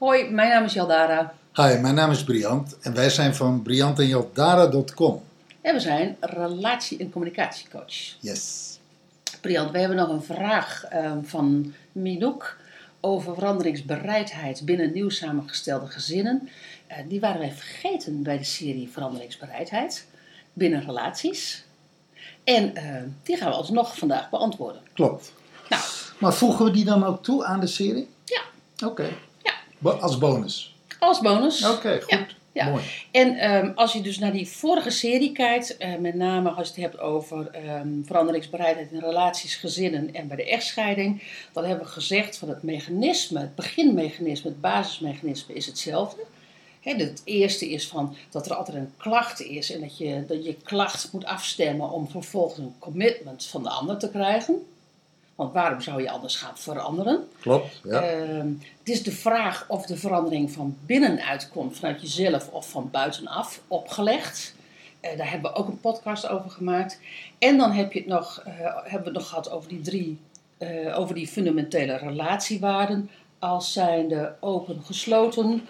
Hoi, mijn naam is Jaldara. Hi, mijn naam is Briant en wij zijn van briantenjaldara.com. En we zijn relatie- en communicatiecoach. Yes. Briant, we hebben nog een vraag van Minouk over veranderingsbereidheid binnen nieuw samengestelde gezinnen. Die waren wij vergeten bij de serie Veranderingsbereidheid binnen relaties. En die gaan we alsnog vandaag beantwoorden. Klopt. Nou, Maar voegen we die dan ook toe aan de serie? ja. Oké. Ja. Als bonus? Als bonus. Oké, goed. Ja. Ja. Mooi. En als je dus naar die vorige serie kijkt, met name als je het hebt over veranderingsbereidheid in relaties, gezinnen en bij de echtscheiding, dan hebben we gezegd van het mechanisme, het beginmechanisme, het basismechanisme is hetzelfde. Het eerste is van dat er altijd een klacht is en dat je klacht moet afstemmen om vervolgens een commitment van de ander te krijgen. Want waarom zou je anders gaan veranderen? Klopt, ja. Het is de vraag of de verandering van binnenuit komt, vanuit jezelf of van buitenaf opgelegd. Daar hebben we ook een podcast over gemaakt. En dan hebben we het nog gehad over die fundamentele relatiewaarden. Als zijnde open, gesloten,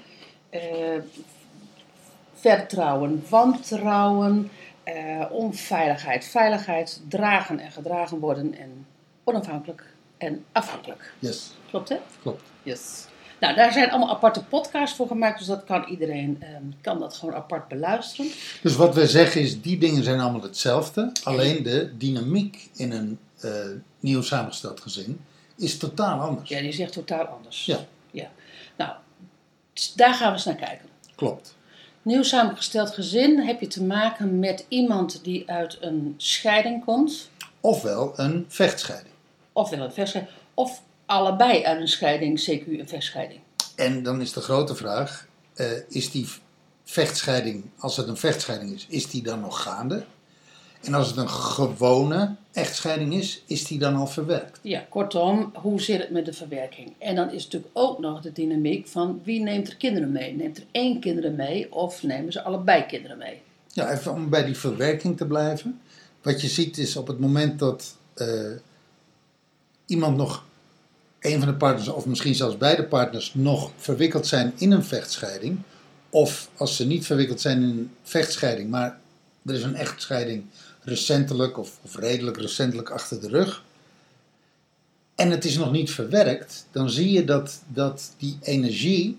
vertrouwen, wantrouwen, onveiligheid, veiligheid, dragen en gedragen worden en onafhankelijk en afhankelijk. Yes. Klopt, hè? Klopt. Yes. Nou, daar zijn allemaal aparte podcasts voor gemaakt, dus dat kan iedereen kan dat gewoon apart beluisteren. Dus wat we zeggen is, die dingen zijn allemaal hetzelfde. Alleen de dynamiek in een nieuw samengesteld gezin is totaal anders. Ja, die zegt totaal anders. Ja. Nou, daar gaan we eens naar kijken. Klopt. Nieuw samengesteld gezin heb je te maken met iemand die uit een scheiding komt. Ofwel een vechtscheiding. Ofwel een vechtscheiding. Of allebei uit een scheiding, CQ een vechtscheiding. En dan is de grote vraag, is die vechtscheiding, als het een vechtscheiding is die dan nog gaande? En als het een gewone echtscheiding is die dan al verwerkt? Ja, kortom, hoe zit het met de verwerking? En dan is natuurlijk ook nog de dynamiek van wie neemt er kinderen mee? Neemt er één kinderen mee of nemen ze allebei kinderen mee? Ja, even om bij die verwerking te blijven. Wat je ziet is op het moment dat iemand nog, een van de partners of misschien zelfs beide partners nog verwikkeld zijn in een vechtscheiding. Of als ze niet verwikkeld zijn in een vechtscheiding, maar er is een echtscheiding recentelijk of redelijk recentelijk achter de rug. En het is nog niet verwerkt, dan zie je dat die energie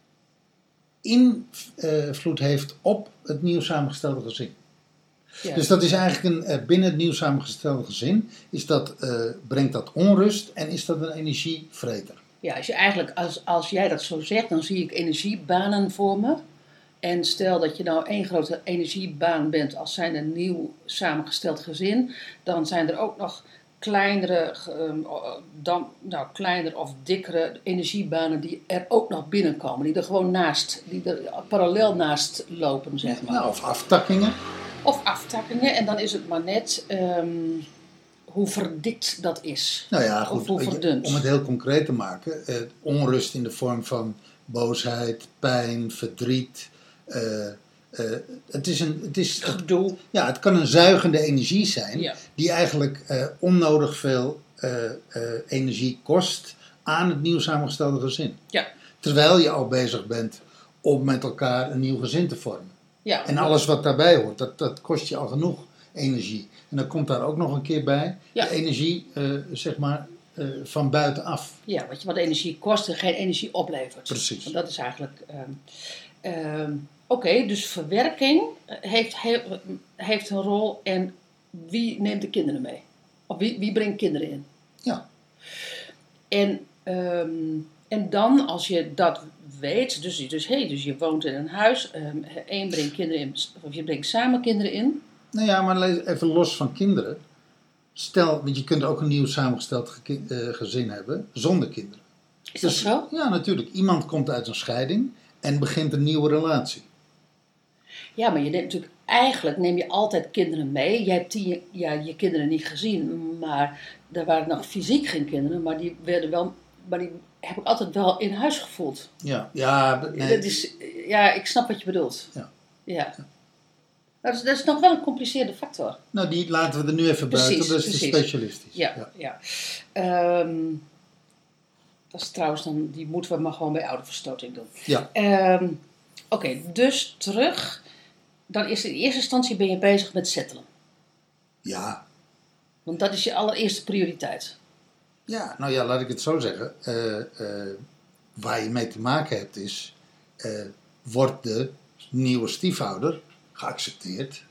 invloed heeft op het nieuw samengestelde gezin. Ja. Dus dat is eigenlijk binnen het nieuw samengestelde gezin, brengt dat onrust en is dat een energievreter. Ja, als jij dat zo zegt, dan zie ik energiebanen voor me. En stel dat je nou één grote energiebaan bent als zijn een nieuw samengesteld gezin, dan zijn er ook nog kleinere of dikkere energiebanen die er ook nog binnenkomen. Die er gewoon die er parallel naast lopen, zeg maar. Nou, of aftakkingen. Of aftakkingen, en dan is het maar net hoe verdikt dat is. Nou ja, goed, of hoe verdund. om het heel concreet te maken, onrust in de vorm van boosheid, pijn, verdriet. Gedoe. Ja, het kan een zuigende energie zijn, Ja. die eigenlijk onnodig veel energie kost aan het nieuw samengestelde gezin. Ja. Terwijl je al bezig bent om met elkaar een nieuw gezin te vormen. Ja. En alles wat daarbij hoort, dat kost je al genoeg energie. En dan komt daar ook nog een keer bij, Ja. de energie, van buitenaf. Ja, wat energie kost en geen energie oplevert. Precies. Want dat is eigenlijk... Oké, dus verwerking heeft een rol en wie neemt de kinderen mee? Of wie brengt kinderen in? Ja. En dan, als je dat weet, dus je woont in een huis, één brengt kinderen in, of je brengt samen kinderen in. Nou ja, maar even los van kinderen. Stel, want je kunt ook een nieuw samengesteld gezin hebben zonder kinderen. Is dat zo? Ja, natuurlijk. Iemand komt uit een scheiding en begint een nieuwe relatie. Ja, maar neem je altijd kinderen mee. Je hebt je kinderen niet gezien, maar er waren nog fysiek geen kinderen, maar die heb ik altijd wel in huis gevoeld. Ja, nee. Ik snap wat je bedoelt. Ja. Dat is nog wel een compliceerde factor. Nou, die laten we er nu even buiten, dat is te specialistisch. Ja. Dat is trouwens dan, die moeten we maar gewoon bij ouderverstoting doen. Ja. Oké, dus terug. Dan is in eerste instantie ben je bezig met settelen. Ja. Want dat is je allereerste prioriteit. Ja, nou ja, laat ik het zo zeggen. Waar je mee te maken hebt is, wordt de nieuwe stiefouder geaccepteerd?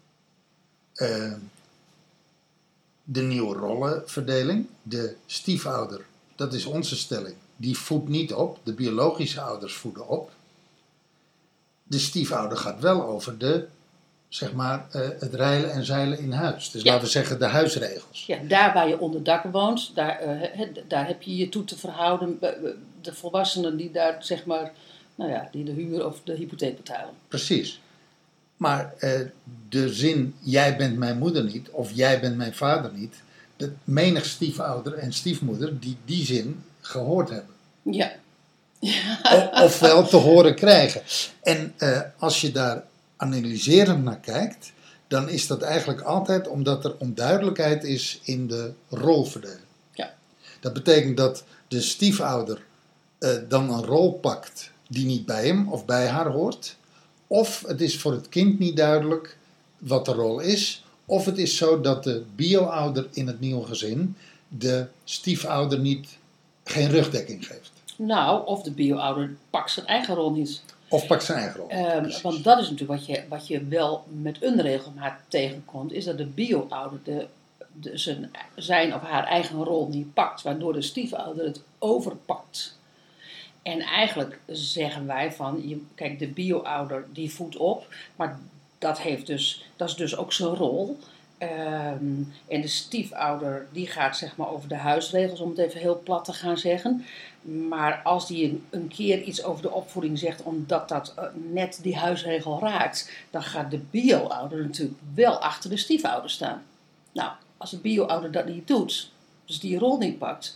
De nieuwe rollenverdeling. De stiefouder, dat is onze stelling, die voedt niet op. De biologische ouders voeden op. De stiefouder gaat wel over het reilen en zeilen in huis. Dus laten we zeggen de huisregels. Ja, daar waar je onder dak woont, daar heb je je toe te verhouden. De volwassenen die daar zeg maar, die de huur of de hypotheek betalen. Precies. Maar de zin, jij bent mijn moeder niet, of jij bent mijn vader niet, dat menig stiefouder en stiefmoeder die zin gehoord hebben. Ja. Ofwel te horen krijgen. En als je daar analyserend naar kijkt, dan is dat eigenlijk altijd omdat er onduidelijkheid is in de rolverdeling. Ja. Dat betekent dat de stiefouder dan een rol pakt die niet bij hem of bij haar hoort. Of het is voor het kind niet duidelijk wat de rol is. Of het is zo dat de bio-ouder in het nieuwe gezin de stiefouder geen rugdekking geeft. Nou, of de bio-ouder pakt zijn eigen rol niet. Of pakt zijn eigen rol. Want dat is natuurlijk wat je wel met onregelmaat tegenkomt. Is dat de bio-ouder zijn of haar eigen rol niet pakt. Waardoor de stiefouder het overpakt. En eigenlijk zeggen wij van, kijk, de bio-ouder die voedt op, maar dat is dus ook zijn rol. En de stiefouder die gaat zeg maar over de huisregels, om het even heel plat te gaan zeggen. Maar als die een keer iets over de opvoeding zegt, omdat dat net die huisregel raakt, dan gaat de bio-ouder natuurlijk wel achter de stiefouder staan. Nou, als de bio-ouder dat niet doet, dus die rol niet pakt,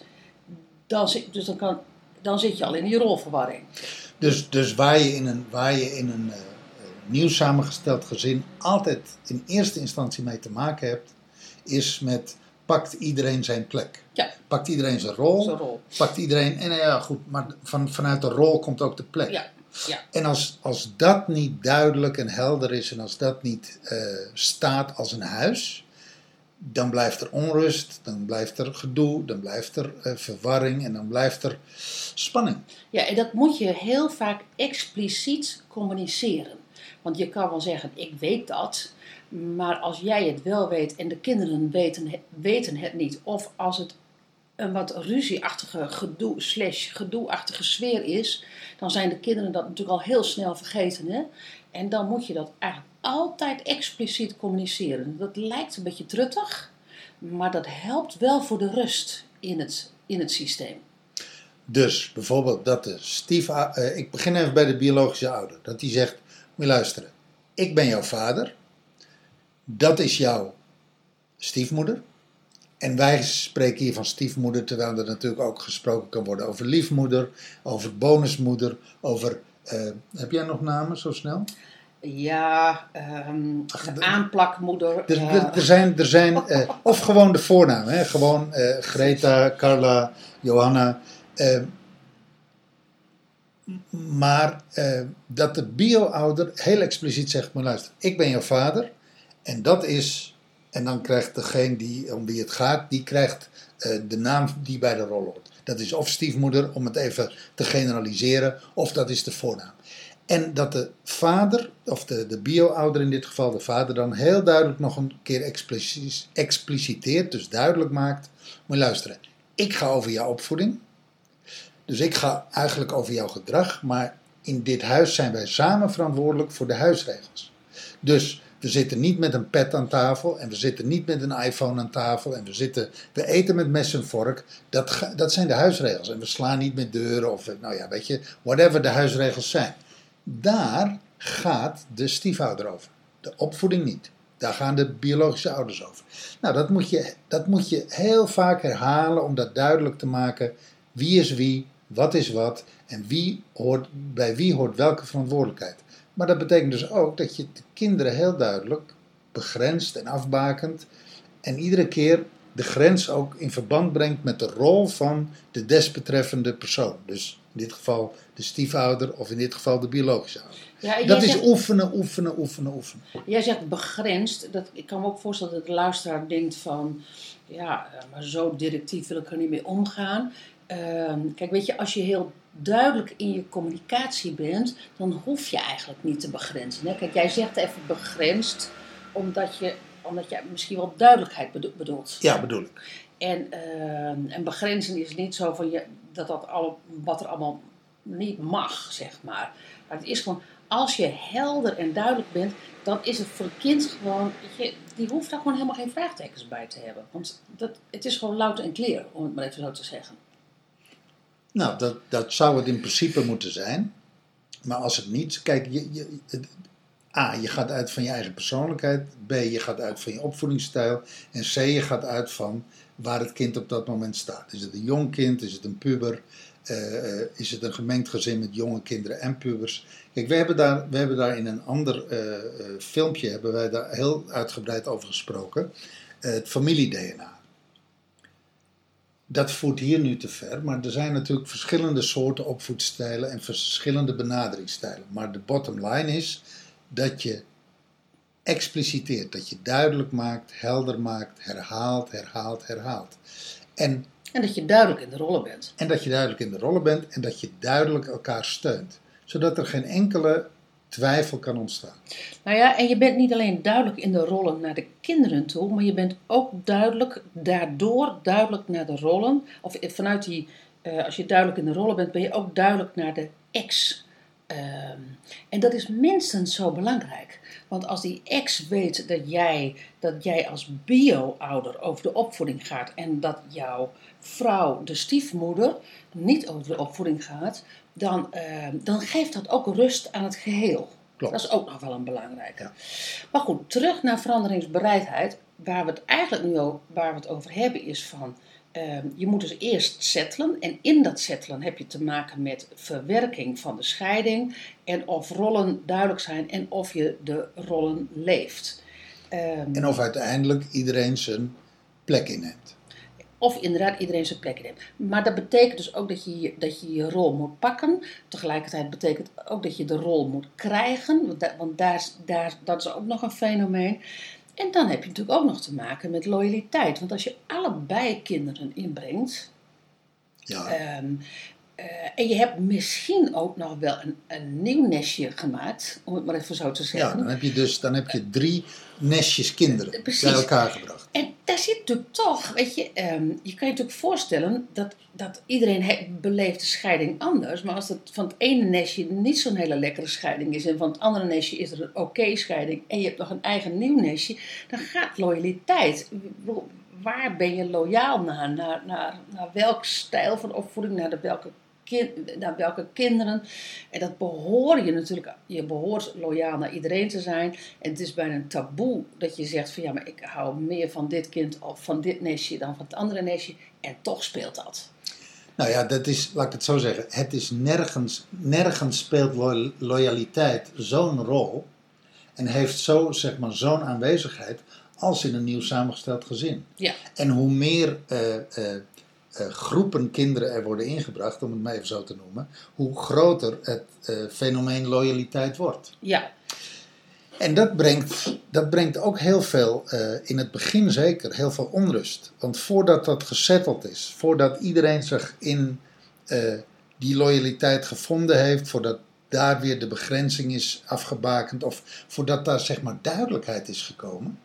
dan zit je al in die rolverwarring. Dus waar je in een nieuw samengesteld gezin altijd in eerste instantie mee te maken hebt, is met pakt iedereen zijn plek. Ja. Pakt iedereen zijn rol. Pakt iedereen, en ja goed, maar vanuit de rol komt ook de plek. Ja. Ja. En als dat niet duidelijk en helder is en als dat niet staat als een huis, dan blijft er onrust, dan blijft er gedoe, dan blijft er verwarring en dan blijft er spanning. Ja, en dat moet je heel vaak expliciet communiceren. Want je kan wel zeggen, ik weet dat, maar als jij het wel weet en de kinderen weten het niet, of als het een wat ruzieachtige gedoeachtige sfeer is, dan zijn de kinderen dat natuurlijk al heel snel vergeten. Hè? En dan moet je dat eigenlijk altijd expliciet communiceren. Dat lijkt een beetje truttig, maar dat helpt wel voor de rust in het systeem. Dus bijvoorbeeld dat de ik begin even bij de biologische ouder, dat die zegt, moet je luisteren, ik ben jouw vader, dat is jouw stiefmoeder. En wij spreken hier van stiefmoeder, terwijl er natuurlijk ook gesproken kan worden over liefmoeder, over bonusmoeder, over, heb jij nog namen zo snel? Ja, aanplakmoeder. Er zijn of gewoon de voornaam, hè? Gewoon Greta, Carla, Johanna. Maar dat de bio-ouder heel expliciet zegt, maar luister, ik ben jouw vader en dat is... En dan krijgt degene om wie het gaat, die krijgt de naam die bij de rol hoort. Dat is of stiefmoeder, om het even te generaliseren, of dat is de voornaam. En dat de vader, of de bio-ouder in dit geval, de vader dan heel duidelijk nog een keer expliciteert, dus duidelijk maakt. Moet je luisteren, ik ga over jouw opvoeding. Dus ik ga eigenlijk over jouw gedrag, maar in dit huis zijn wij samen verantwoordelijk voor de huisregels. Dus we zitten niet met een pet aan tafel en we zitten niet met een iPhone aan tafel en we eten met mes en vork. Dat zijn de huisregels. En we slaan niet met deuren of, weet je, whatever de huisregels zijn. Daar gaat de stiefouder over. De opvoeding niet. Daar gaan de biologische ouders over. Nou, dat moet je heel vaak herhalen om dat duidelijk te maken. Wie is wie, wat is wat en bij wie hoort welke verantwoordelijkheid. Maar dat betekent dus ook dat je de kinderen heel duidelijk begrenst en afbakent. En iedere keer de grens ook in verband brengt met de rol van de desbetreffende persoon. Dus in dit geval de stiefouder of in dit geval de biologische ouder. Ja, Dat is oefenen. Jij zegt begrensd. Ik kan me ook voorstellen dat de luisteraar denkt van... Ja, maar zo directief wil ik er niet mee omgaan. Kijk, weet je, als je heel duidelijk in je communicatie bent... dan hoef je eigenlijk niet te begrenzen. Hè? Kijk, jij zegt even begrensd... omdat je misschien wel duidelijkheid bedoelt. Ja, bedoel ik. En begrenzen is niet zo van wat er allemaal niet mag, zeg maar. Maar het is gewoon, als je helder en duidelijk bent, dan is het voor het kind gewoon, weet je, die hoeft daar gewoon helemaal geen vraagtekens bij te hebben. Want het is gewoon louter en clear, om het maar even zo te zeggen. Nou, dat zou het in principe moeten zijn. Maar als het niet... Kijk, je gaat uit van je eigen persoonlijkheid. B, je gaat uit van je opvoedingsstijl. En C, je gaat uit van waar het kind op dat moment staat. Is het een jong kind? Is het een puber? Is het een gemengd gezin met jonge kinderen en pubers? Kijk, we hebben daar in een ander filmpje hebben wij daar heel uitgebreid over gesproken. Het familie-DNA. Dat voert hier nu te ver, maar er zijn natuurlijk verschillende soorten opvoedstijlen en verschillende benaderingsstijlen. Maar de bottom line is dat je expliciteert, dat je duidelijk maakt, helder maakt, herhaalt. En dat je duidelijk in de rollen bent. En dat je duidelijk elkaar steunt. Zodat er geen enkele twijfel kan ontstaan. Nou ja, en je bent niet alleen duidelijk in de rollen naar de kinderen toe, maar je bent ook daardoor duidelijk naar de rollen. Of vanuit als je duidelijk in de rollen bent, ben je ook duidelijk naar de ex. En dat is minstens zo belangrijk. Want als die ex weet dat jij als bio-ouder over de opvoeding gaat en dat jouw vrouw, de stiefmoeder, niet over de opvoeding gaat, dan geeft dat ook rust aan het geheel. Klopt. Dat is ook nog wel een belangrijke. Ja. Maar goed, terug naar veranderingsbereidheid. Waar we het over hebben is van... je moet dus eerst settelen. En in dat settelen heb je te maken met verwerking van de scheiding. En of rollen duidelijk zijn en of je de rollen leeft. En of uiteindelijk iedereen zijn plek inneemt. Of inderdaad iedereen zijn plek inneemt. Maar dat betekent dus ook dat je je rol moet pakken. Tegelijkertijd betekent ook dat je de rol moet krijgen. Want dat is ook nog een fenomeen. En dan heb je natuurlijk ook nog te maken met loyaliteit. Want als je allebei kinderen inbrengt... Ja. En je hebt misschien ook nog wel een nieuw nestje gemaakt, om het maar even zo te zeggen. Ja, dan heb je 3 nestjes kinderen bij elkaar gebracht. En daar zit natuurlijk toch, weet je, je kan je natuurlijk voorstellen dat iedereen beleeft de scheiding anders. Maar als het van het ene nestje niet zo'n hele lekkere scheiding is en van het andere nestje is er een oké scheiding en je hebt nog een eigen nieuw nestje, dan gaat loyaliteit. Waar ben je loyaal naar welk stijl van opvoeding, naar welke kinderen. En dat behoor je natuurlijk. Je behoort loyaal naar iedereen te zijn. En het is bijna een taboe dat je zegt van ja, maar ik hou meer van dit kind of van dit nestje dan van het andere nestje. En toch speelt dat. Nou ja, laat ik het zo zeggen. Het is nergens speelt loyaliteit zo'n rol. En heeft zo'n aanwezigheid als in een nieuw samengesteld gezin. Ja. En hoe meer groepen kinderen er worden ingebracht, om het maar even zo te noemen, hoe groter het fenomeen loyaliteit wordt. Ja. En dat brengt ook heel veel, in het begin zeker, heel veel onrust. Want voordat dat gesetteld is, voordat iedereen zich in die loyaliteit gevonden heeft, voordat daar weer de begrenzing is afgebakend, of voordat daar zeg maar duidelijkheid is gekomen,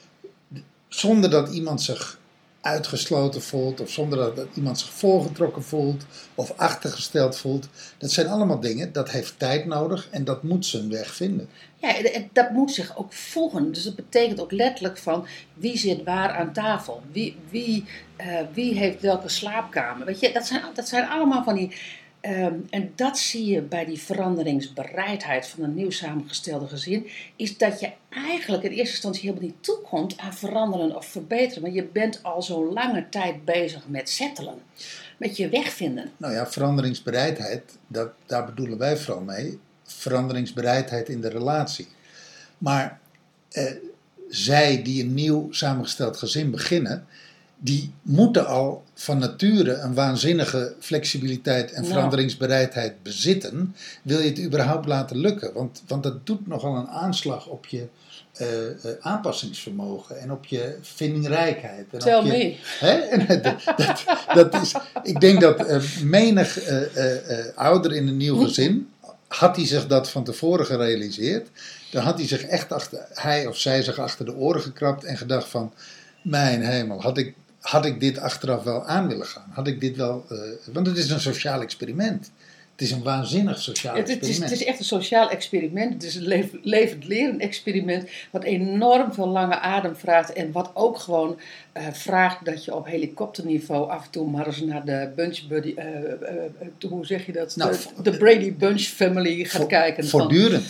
zonder dat iemand zich uitgesloten voelt, of zonder dat iemand zich voorgetrokken voelt, of achtergesteld voelt. Dat zijn allemaal dingen, dat heeft tijd nodig en dat moet zijn weg vinden. Ja, en dat moet zich ook voegen. Dus dat betekent ook letterlijk van wie zit waar aan tafel. Wie heeft welke slaapkamer. Weet je, dat zijn allemaal van die... en dat zie je bij die veranderingsbereidheid van een nieuw samengestelde gezin, is dat je eigenlijk in eerste instantie helemaal niet toekomt aan veranderen of verbeteren. Maar je bent al zo'n lange tijd bezig met settelen, met je weg vinden. Nou ja, veranderingsbereidheid, daar bedoelen wij vooral mee. Veranderingsbereidheid in de relatie. Maar zij die een nieuw samengesteld gezin beginnen, die moeten al van nature een waanzinnige flexibiliteit en veranderingsbereidheid bezitten. Wil je het überhaupt laten lukken? Want dat doet nogal een aanslag op je aanpassingsvermogen en op je vindingrijkheid. En Tell op je, me. Hè? En dat is, ik denk dat menig ouder in een nieuw gezin, had hij zich dat van tevoren gerealiseerd, dan had hij zich echt hij of zij zich achter de oren gekrapt en gedacht van, mijn hemel, had ik dit achteraf wel aan willen gaan? Had ik dit wel, want het is een sociaal experiment. Het is een waanzinnig sociaal experiment. Het is echt een sociaal experiment. Het is een levend leren experiment. Wat enorm veel lange adem vraagt. En wat ook gewoon vraagt dat je op helikopterniveau af en toe maar eens naar de Bunch Buddy. Hoe zeg je dat? Nou, de Brady Bunch Family gaat kijken. Voortdurend.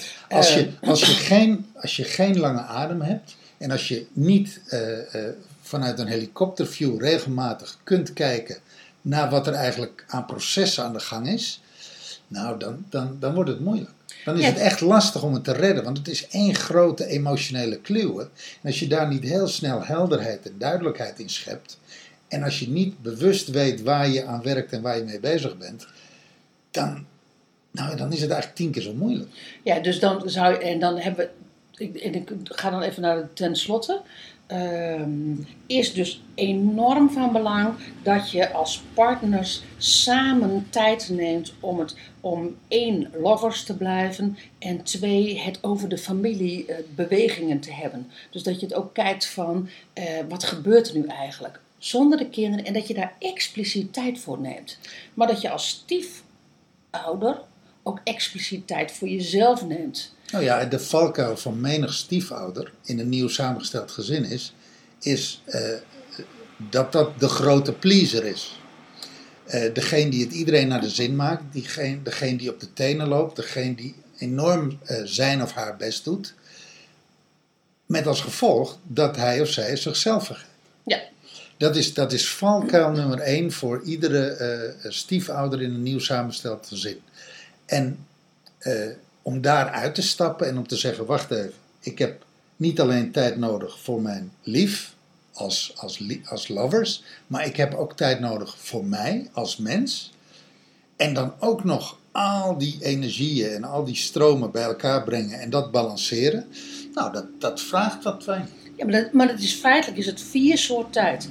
Als je geen lange adem hebt. En als je niet vanuit een helikopterview regelmatig kunt kijken naar wat er eigenlijk aan processen aan de gang is. Nou, dan wordt het moeilijk. Dan is het echt lastig om het te redden, want het is één grote emotionele kluwe. En als je daar niet heel snel helderheid en duidelijkheid in schept, en als je niet bewust weet waar je aan werkt en waar je mee bezig bent, dan is het eigenlijk 10 keer zo moeilijk. Ja, dus dan hebben we, ik ga dan even naar ten slotte. Is dus enorm van belang dat je als partners samen tijd neemt om 1, lovers te blijven en 2, het over de familiebewegingen te hebben. Dus dat je het ook kijkt van wat gebeurt er nu eigenlijk zonder de kinderen en dat je daar expliciet tijd voor neemt. Maar dat je als stiefouder ook expliciet tijd voor jezelf neemt. Nou ja, de valkuil van menig stiefouder in een nieuw samengesteld gezin is dat de grote pleaser is. Degene die het iedereen naar de zin maakt, degene die op de tenen loopt, degene die enorm zijn of haar best doet. Met als gevolg dat hij of zij zichzelf vergeet. Ja. Dat is valkuil nummer 1 voor iedere stiefouder in een nieuw samengesteld gezin. En om daaruit te stappen en om te zeggen, wacht even, ik heb niet alleen tijd nodig voor mijn lief als lovers, maar ik heb ook tijd nodig voor mij als mens. En dan ook nog al die energieën en al die stromen bij elkaar brengen en dat balanceren. Nou, dat vraagt wat van je. Ja, maar het is feitelijk is het 4 soorten tijd.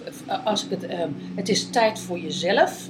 Het is tijd voor jezelf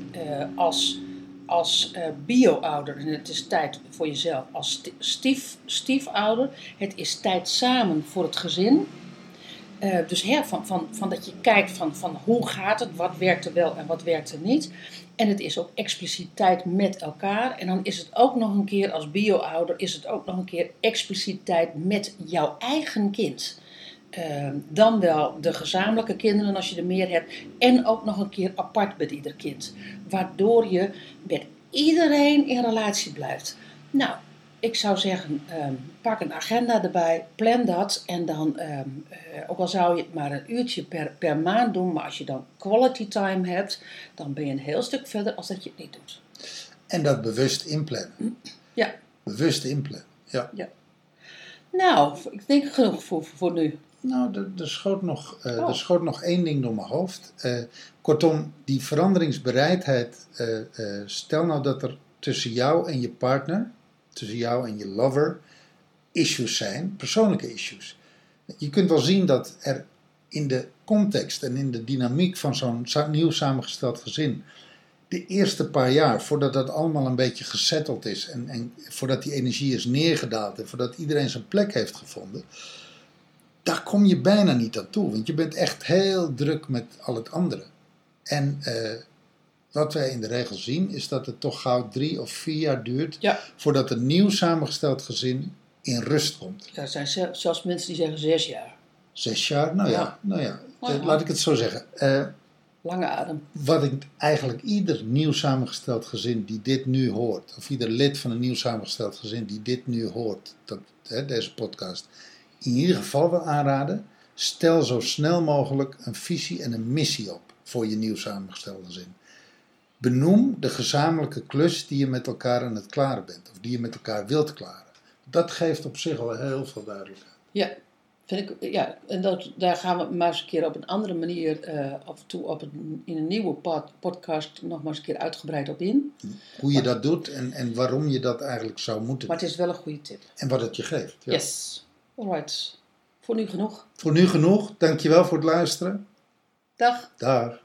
als bio-ouder en het is tijd voor jezelf als stiefouder. Het is tijd samen voor het gezin. Dus van dat je kijkt van hoe gaat het, wat werkt er wel en wat werkt er niet. En het is ook expliciet tijd met elkaar. En dan is het ook nog een keer als bio-ouder, is het ook nog een keer expliciet tijd met jouw eigen kind. Dan wel de gezamenlijke kinderen als je er meer hebt. En ook nog een keer apart met ieder kind. Waardoor je met iedereen in relatie blijft. Nou, ik zou zeggen, pak een agenda erbij, plan dat. En dan, ook al zou je het maar een uurtje per maand doen. Maar als je dan quality time hebt, dan ben je een heel stuk verder als dat je het niet doet. En dat bewust inplannen. Ja. Bewust inplannen, ja. Nou, ik denk genoeg voor nu. Nou, er schoot nog 1 ding door mijn hoofd. Kortom, die veranderingsbereidheid. Stel nou dat er tussen jou en je partner, tussen jou en je lover, issues zijn, persoonlijke issues. Je kunt wel zien dat er in de context en in de dynamiek van zo'n nieuw samengesteld gezin, de eerste paar jaar, voordat dat allemaal een beetje gesetteld is en voordat die energie is neergedaald en voordat iedereen zijn plek heeft gevonden, daar kom je bijna niet aan toe, want je bent echt heel druk met al het andere. En wat wij in de regel zien, is dat het toch gauw 3 of 4 jaar duurt voordat een nieuw samengesteld gezin in rust komt. Ja, er zijn zelfs mensen die zeggen 6 jaar. 6 jaar? Nou ja. Laat ik het zo zeggen. Lange adem. Wat ik eigenlijk ieder nieuw samengesteld gezin die dit nu hoort, of ieder lid van een nieuw samengesteld gezin die dit nu hoort, deze podcast, in ieder geval wil aanraden, stel zo snel mogelijk een visie en een missie op voor je nieuw samengestelde gezin. Benoem de gezamenlijke klus die je met elkaar aan het klaren bent, of die je met elkaar wilt klaren. Dat geeft op zich al heel veel duidelijkheid. Ja, Vind ik, ja, en daar gaan we maar eens een keer op een andere manier af en toe in een nieuwe podcast nog maar eens een keer uitgebreid op in. Hoe je dat doet en waarom je dat eigenlijk zou moeten Maar het is wel een goede tip. en wat het je geeft. Ja. Yes. Alright. Voor nu genoeg. Voor nu genoeg. Dankjewel voor het luisteren. Dag. Dag.